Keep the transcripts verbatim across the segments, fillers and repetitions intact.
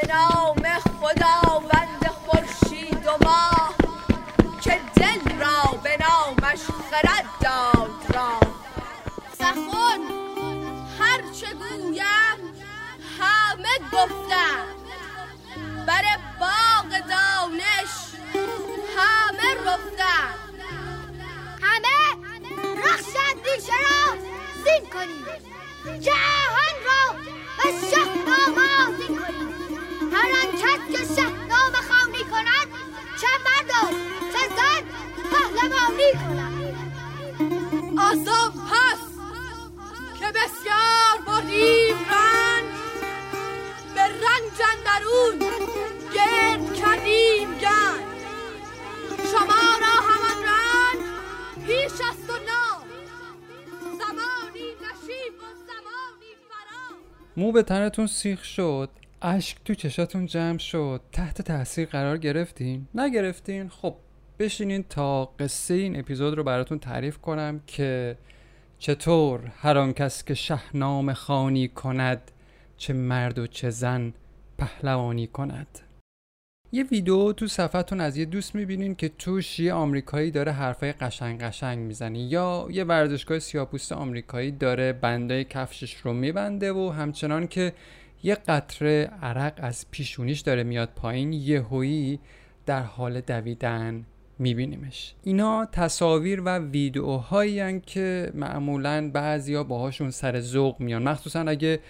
نام خداوند خورشید و ماه که دل را به نامش خرد داد راه. سخن هر چه گویم همه گفتم، بر باغ دانش همه رفتم. همه رخش اندیشه را زین کنید، جهان را به شهنامه آذین کنید. هر آن کس که شهنامه خوانی کند، چه مرد و چه زن پهلوانی کند. آسان پس که بسیار بردیم رنج، به رنج اندرون گرد کردیم گنج. شما را همان رنج پیش است و نام، زمانی نشیب و زمانی فرام. مو به تنتون سیخ شد، اشک تو چشاتون جمع شد، تحت تاثیر قرار گرفتین؟ نگرفتین؟ خب بشینین تا قصه این اپیزود رو براتون تعریف کنم که چطور هر آن کس که شهنامه خوانی کند، چه مرد و چه زن پهلوانی کند. یه ویدیو تو صفحتون از یه دوست میبینین که توش یه آمریکایی داره حرفای قشنگ قشنگ میزنه، یا یه ورزشگاه سیاه‌پوست آمریکایی داره بندای کفشش رو میبنده و همچنان که یه قطره عرق از پیشونیش داره میاد پایین، یهویی در حال دویدن میبینیمش. اینا تصاویر و ویدیوهایی هستن که معمولاً بعضیا باهاشون سر ذوق میان، مخصوصاً اگه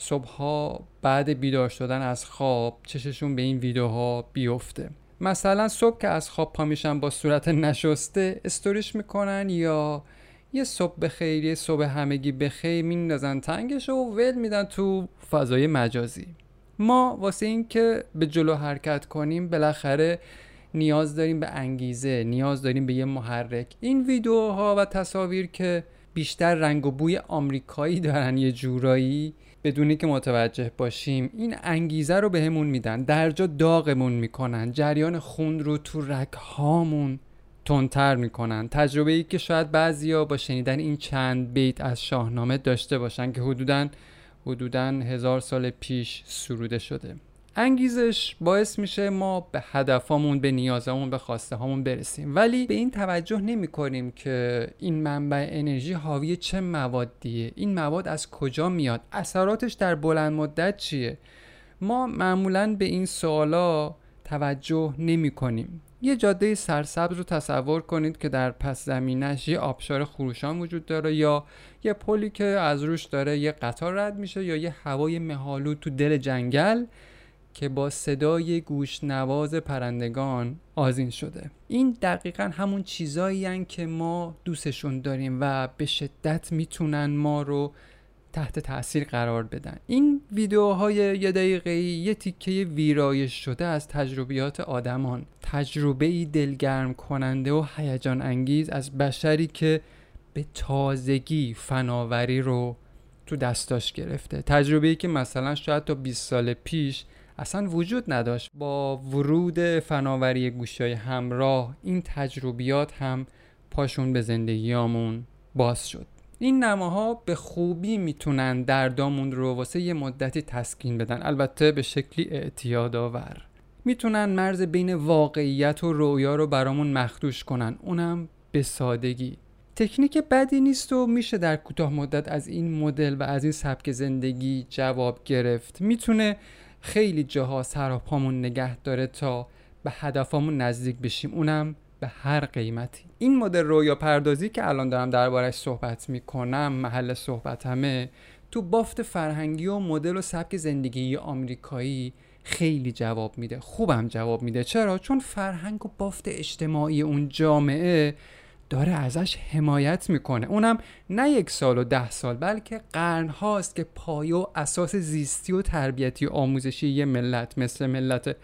صبحها بعد بیدار شدن از خواب چششون به این ویدیوها بیفته. مثلا صبح که از خواب پا میشن با صورت نشسته استوریش میکنن، یا یه صبح بخیر، یه صبح همگی بخیر میندازن تنگش و ول میدن تو فضای مجازی. ما واسه این که به جلو حرکت کنیم بالاخره نیاز داریم به انگیزه، نیاز داریم به یه محرک. این ویدیوها و تصاویر که بیشتر رنگ و بوی آمریکایی دارن یه جورایی، بدونی که متوجه باشیم این انگیزه رو بهمون میدن، در جا داغمون میکنن، جریان خون رو تو رگ‌هامون تندتر میکنن. تجربه ای که شاید بعضیا با شنیدن این چند بیت از شاهنامه داشته باشن که حدوداً حدوداً هزار سال پیش سروده شده. انگیزش باعث میشه ما به هدفامون، به نیازمون، به خواسته هامون برسیم، ولی به این توجه نمی کنیم که این منبع انرژی حاوی چه موادیه، این مواد از کجا میاد، اثراتش در بلند مدت چیه. ما معمولاً به این سوالا توجه نمی کنیم. یه جاده سرسبز رو تصور کنید که در پس زمینش یه آبشار خروشان وجود داره، یا یه پلی که از روش داره یه قطار رد میشه، یا یه هوای مه‌آلود تو دل جنگل که با صدای گوشنواز پرندگان آذین شده. این دقیقاً همون چیزایی هن که ما دوستشون داریم و به شدت میتونن ما رو تحت تأثیر قرار بدن. این ویدیوهای یه دقیقه‌ای یه تیکه ویرایش شده از تجربیات آدمان، تجربه‌ای دلگرم کننده و هیجان انگیز از بشری که به تازگی فناوری رو تو دستاش گرفته. تجربه‌ای که مثلا شاید تا بیست سال پیش اصلا وجود نداشت. با ورود فناوری گوشی‌های همراه این تجربیات هم پاشون به زندگیامون باز شد. این نماها به خوبی میتونن دردامون رو واسه یه مدتی تسکین بدن، البته به شکلی اعتیادآور. میتونن مرز بین واقعیت و رویا رو برامون مخدوش کنن، اونم به سادگی. تکنیک بدی نیست و میشه در کوتاه مدت از این مدل و از این سبک زندگی جواب گرفت. میتونه خیلی جاها سراپامون نگه داره تا به هدفمون نزدیک بشیم، اونم به هر قیمتی. این مدل رویا پردازی که الان دارم دربارش صحبت میکنم، محل صحبتمه، تو بافت فرهنگی و مدل و سبک زندگی آمریکایی خیلی جواب میده، خوبم جواب میده. چرا؟ چون فرهنگ و بافت اجتماعی اون جامعه داره ازش حمایت میکنه، اونم نه یک سال و ده سال بلکه قرن هاست که پایه و اساس زیستی و تربیتی و آموزشی یه ملت مثل ملت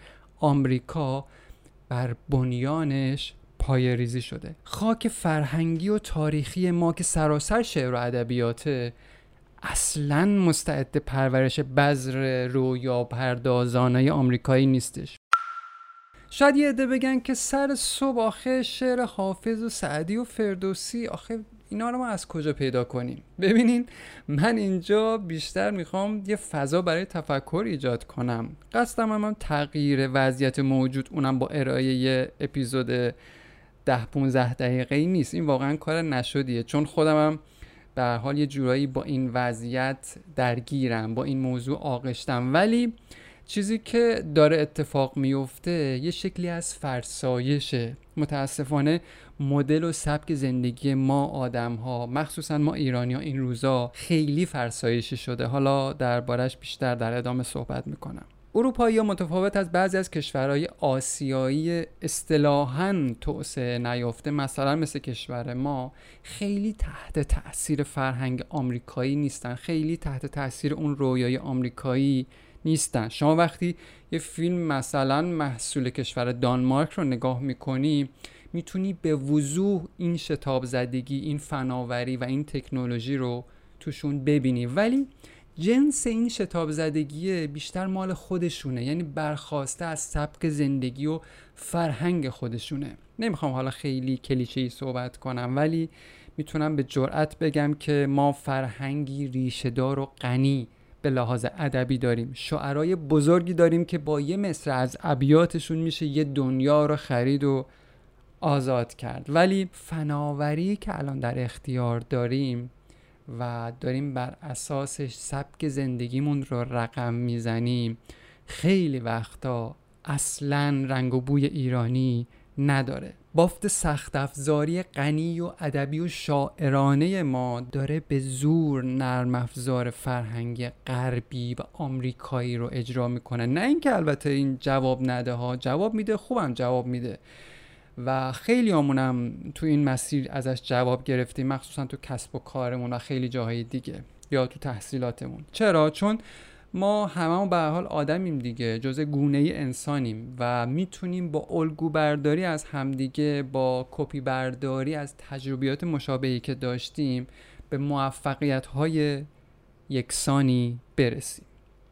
آمریکا بر بنیانش پایه ریزی شده. خاک فرهنگی و تاریخی ما که سراسر شعر و ادبیاته اصلاً مستعد پرورش بذر رویا پردازانه آمریکایی نیستش. شاید یه عده بگن که سر صبح آخه شعر حافظ و سعدی و فردوسی آخه اینا رو ما از کجا پیدا کنیم؟ ببینین من اینجا بیشتر میخوام یه فضا برای تفکر ایجاد کنم. قصدم هم, هم تغییر وضعیت موجود، اونم با ارائه یه اپیزود ده پونزده دقیقه‌ای نیست. این واقعا کار نشدیه، چون خودم هم به هر حال یه جورایی با این وضعیت درگیرم، با این موضوع آغشتم. ولی چیزی که داره اتفاق میفته یه شکلی از فرسایشه. متاسفانه مدل و سبک زندگی ما آدم ها، مخصوصا ما ایرانی ها، این روزا خیلی فرسایشی شده. حالا دربارش بیشتر در ادامه صحبت میکنم. اروپایی ها متفاوت از بعضی از کشورهای آسیایی اصطلاحاً توسعه نیافته، مثلا مثل کشور ما، خیلی تحت تأثیر فرهنگ آمریکایی نیستن، خیلی تحت تأثیر اون رویای آمریکایی نیستن. شما وقتی یه فیلم مثلا محصول کشور دانمارک رو نگاه میکنی، میتونی به وضوح این شتاب زدگی، این فناوری و این تکنولوژی رو توشون ببینی. ولی جنس این شتاب زدگی بیشتر مال خودشونه، یعنی برخواسته از سبک زندگی و فرهنگ خودشونه. نمیخوام حالا خیلی کلیشه‌ای صحبت کنم، ولی میتونم به جرئت بگم که ما فرهنگی ریشه‌دار و غنی به لحاظ ادبی داریم. شاعرای بزرگی داریم که با یه مصرع از ابیاتشون میشه یه دنیا رو خرید و آزاد کرد. ولی فناوری که الان در اختیار داریم و داریم بر اساسش سبک زندگیمون رو رقم میزنیم، خیلی وقتا اصلاً رنگ و بوی ایرانی نداره. بافت سخت افزاری غنی و ادبی و شاعرانه ما داره به زور نرم افزار فرهنگ غربی و آمریکایی رو اجرا میکنه. نه اینکه البته این جواب نده ها، جواب میده، خوبم جواب میده و خیلی همونم تو این مسیر ازش جواب گرفتیم، مخصوصا تو کسب و کارمون و خیلی جاهای دیگه، یا تو تحصیلاتمون. چرا؟ چون ما هممون به هر حال آدمیم دیگه، جزء گونه ای انسانیم و میتونیم با الگو برداری از همدیگه، با کپی برداری از تجربیات مشابهی که داشتیم، به موفقیت های یکسانی برسیم.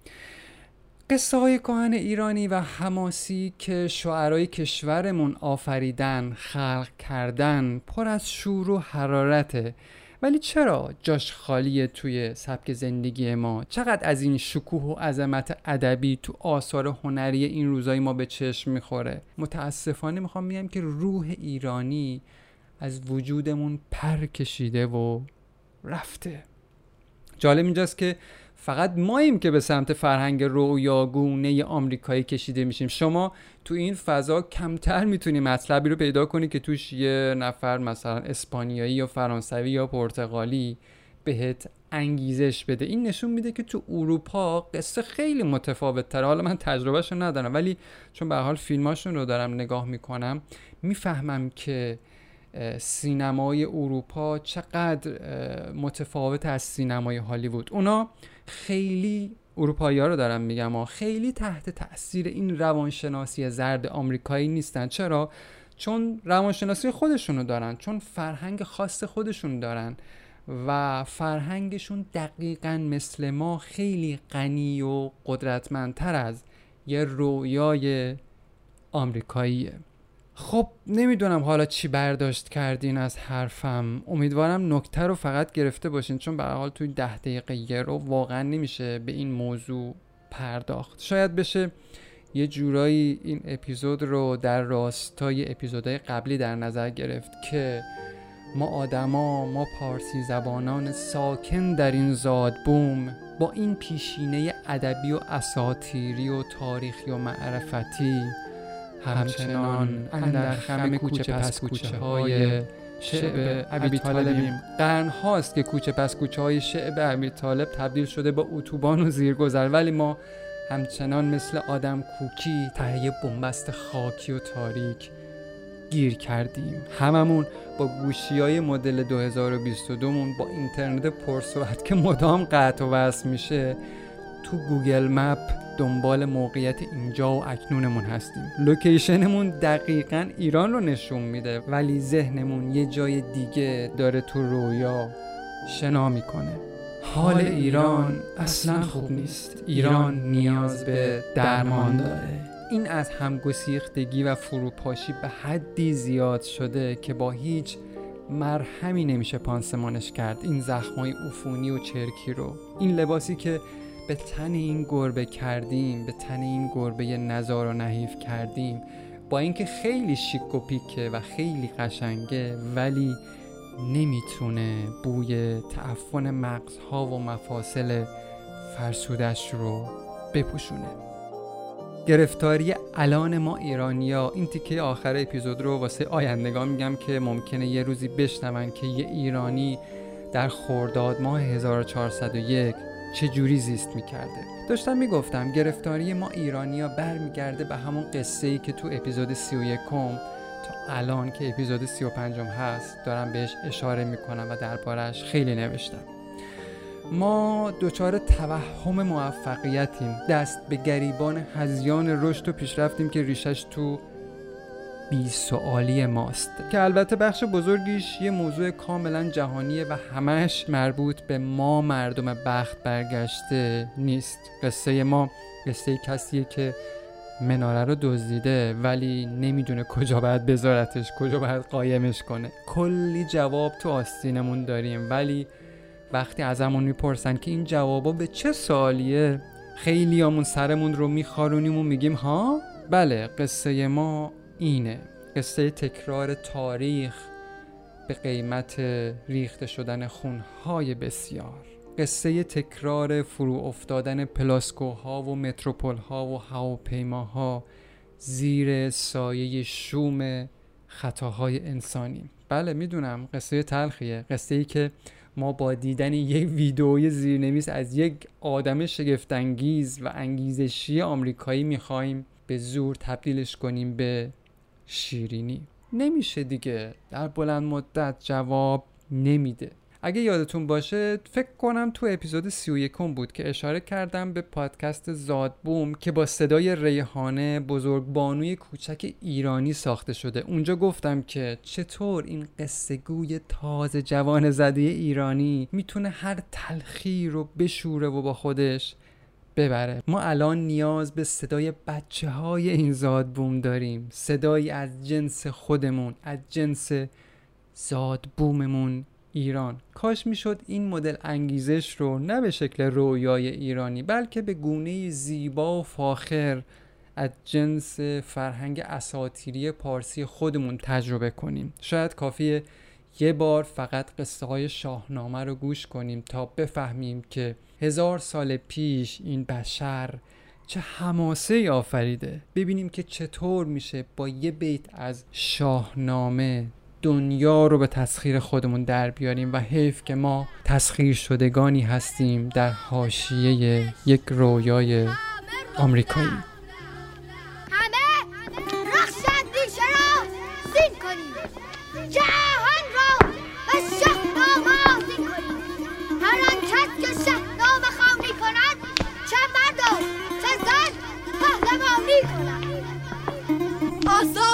قصه های کهن ایرانی و حماسی که شاعرای کشورمون آفریدن، خلق کردن، پر از شور و حرارته. ولی چرا جاش خالیه توی سبک زندگی ما؟ چقدر از این شکوه و عظمت ادبی تو آثار هنری این روزای ما به چشم میخوره؟ متاسفانه میخوام بگم که روح ایرانی از وجودمون پر کشیده و رفته. جالب اینجاست که فقط ماییم که به سمت فرهنگ رویاگونه آمریکایی کشیده میشیم. شما تو این فضا کمتر میتونی مطلبی رو پیدا کنی که توش یه نفر مثلا اسپانیایی یا فرانسوی یا پرتغالی بهت انگیزش بده. این نشون میده که تو اروپا قصه خیلی متفاوت تره. حالا من تجربهشو ندارم، ولی چون به هر حال فیلماشون رو دارم نگاه میکنم، میفهمم که سینمای اروپا چقدر متفاوت از سینمای هالیوود. اونا خیلی، اروپایی‌ها رو دارم میگم ها، خیلی تحت تأثیر این روانشناسی زرد آمریکایی نیستن. چرا؟ چون روانشناسی خودشونو دارن، چون فرهنگ خاص خودشون دارن و فرهنگشون دقیقاً مثل ما خیلی غنی و قدرتمندتر از یه رویای آمریکاییه. خب نمیدونم حالا چی برداشت کردین از حرفم. امیدوارم نکته رو فقط گرفته باشین، چون به هر حال توی ده دقیقه یه رو واقعا نمیشه به این موضوع پرداخت. شاید بشه یه جورایی این اپیزود رو در راستای اپیزودهای قبلی در نظر گرفت که ما آدما، ما پارسی زبانان ساکن در این زادبوم، با این پیشینه ادبی و اساطیری و تاریخی و معرفتی، همچنان اندر خم کوچه پس کوچه های شعب ابی طالبیم. قرن هاست که کوچه پس کوچه های شعب ابی طالب تبدیل شده با اتوبان و زیرگذر، ولی ما همچنان مثل آدم کوکی ته یه بنبست خاکی و تاریک گیر کردیم. هممون با گوشی های مدل دو هزار و بیست و دو مون با اینترنت پرسرعت که مدام قطع و وصل میشه تو گوگل مپ دنبال موقعیت اینجا و اکنونمون هستیم. لوکیشنمون دقیقاً ایران رو نشون میده، ولی ذهنمون یه جای دیگه داره تو رویا شنا میکنه. حال ایران اصلا خوب نیست. ایران نیاز به درمان داره. این از همگسیختگی و فروپاشی به حدی زیاد شده که با هیچ مرهمی نمیشه پانسمانش کرد این زخمای عفونی و چرکی رو. این لباسی که به تن این گربه کردیم، به تن این گربه نزار و نحیف کردیم، با اینکه خیلی شیک و پیکه و خیلی قشنگه، ولی نمیتونه بوی تعفن مغزها و مفاصل فرسودش رو بپوشونه. گرفتاری الان ما ایرانیا، این تیکه آخر اپیزود رو واسه آیندگان میگم که ممکنه یه روزی بشنون که یه ایرانی در خرداد ماه هزار و چهارصد و یک چه جوری زیست میکرده. داشتم میگفتم گرفتاری ما ایرانیا برمیگرده به همون قصه‌ای که تو اپیزود سی و یکم تا الان که اپیزود سی و پنجم هست دارم بهش اشاره میکنم و دربارش خیلی نوشتم. ما دچار توهم موفقیتیم، دست به گریبان هذیان رشد و پیشرفتیم که ریشش تو بی سوالی ماست، که البته بخش بزرگیش یه موضوع کاملا جهانیه و همش مربوط به ما مردم بخت برگشته نیست. قصه ما قصه کسیه که مناره رو دزدیده ولی نمیدونه کجا باید بذارتش، کجا باید قایمش کنه. کلی جواب تو آستینمون داریم، ولی وقتی ازمون میپرسن که این جوابا به چه سوالیه، خیلی همون سرمون رو میخارونیم و میگیم ها بله قصه ما اینه. قصه تکرار تاریخ به قیمت ریخته شدن خونهای بسیار، قصه تکرار فرو افتادن پلاسکوها و متروپولها و هواپیماها زیر سایه شوم خطاهای انسانی. بله میدونم قصه تلخیه، قصه ای که ما با دیدن یک ویدئوی زیرنویس از یک آدم شگفت‌انگیز و انگیزشی آمریکایی میخوایم به زور تبدیلش کنیم به شیرینی. نمیشه دیگه، در بلند مدت جواب نمیده. اگه یادتون باشه فکر کنم تو اپیزود سی و یکم بود که اشاره کردم به پادکست زادبوم که با صدای ریحانه بزرگبانوی کوچک ایرانی ساخته شده. اونجا گفتم که چطور این قصه گوی تازه جوان زده ایرانی میتونه هر تلخی رو بشوره و با خودش ببره. ما الان نیاز به صدای بچه های این زادبوم داریم، صدایی از جنس خودمون، از جنس زادبوممون ایران. کاش میشد این مدل انگیزش رو نه به شکل رویای ایرانی بلکه به گونه زیبا و فاخر از جنس فرهنگ اساطیری پارسی خودمون تجربه کنیم. شاید کافیه یه بار فقط قصه های شاهنامه رو گوش کنیم تا بفهمیم که هزار سال پیش این بشر چه حماسه‌ای آفریده. ببینیم که چطور میشه با یه بیت از شاهنامه دنیا رو به تسخیر خودمون در بیاریم و حیف که ما تسخیر شدگانی هستیم در حاشیه یک رویای آمریکایی. همه رقص اندیشه را زین کنیم، جهان را به شاهنامه آذین کنیم. هر آن کس که شاهنامه خوانی کند، چه مرد و چه زن پهلوانی کند. آزاد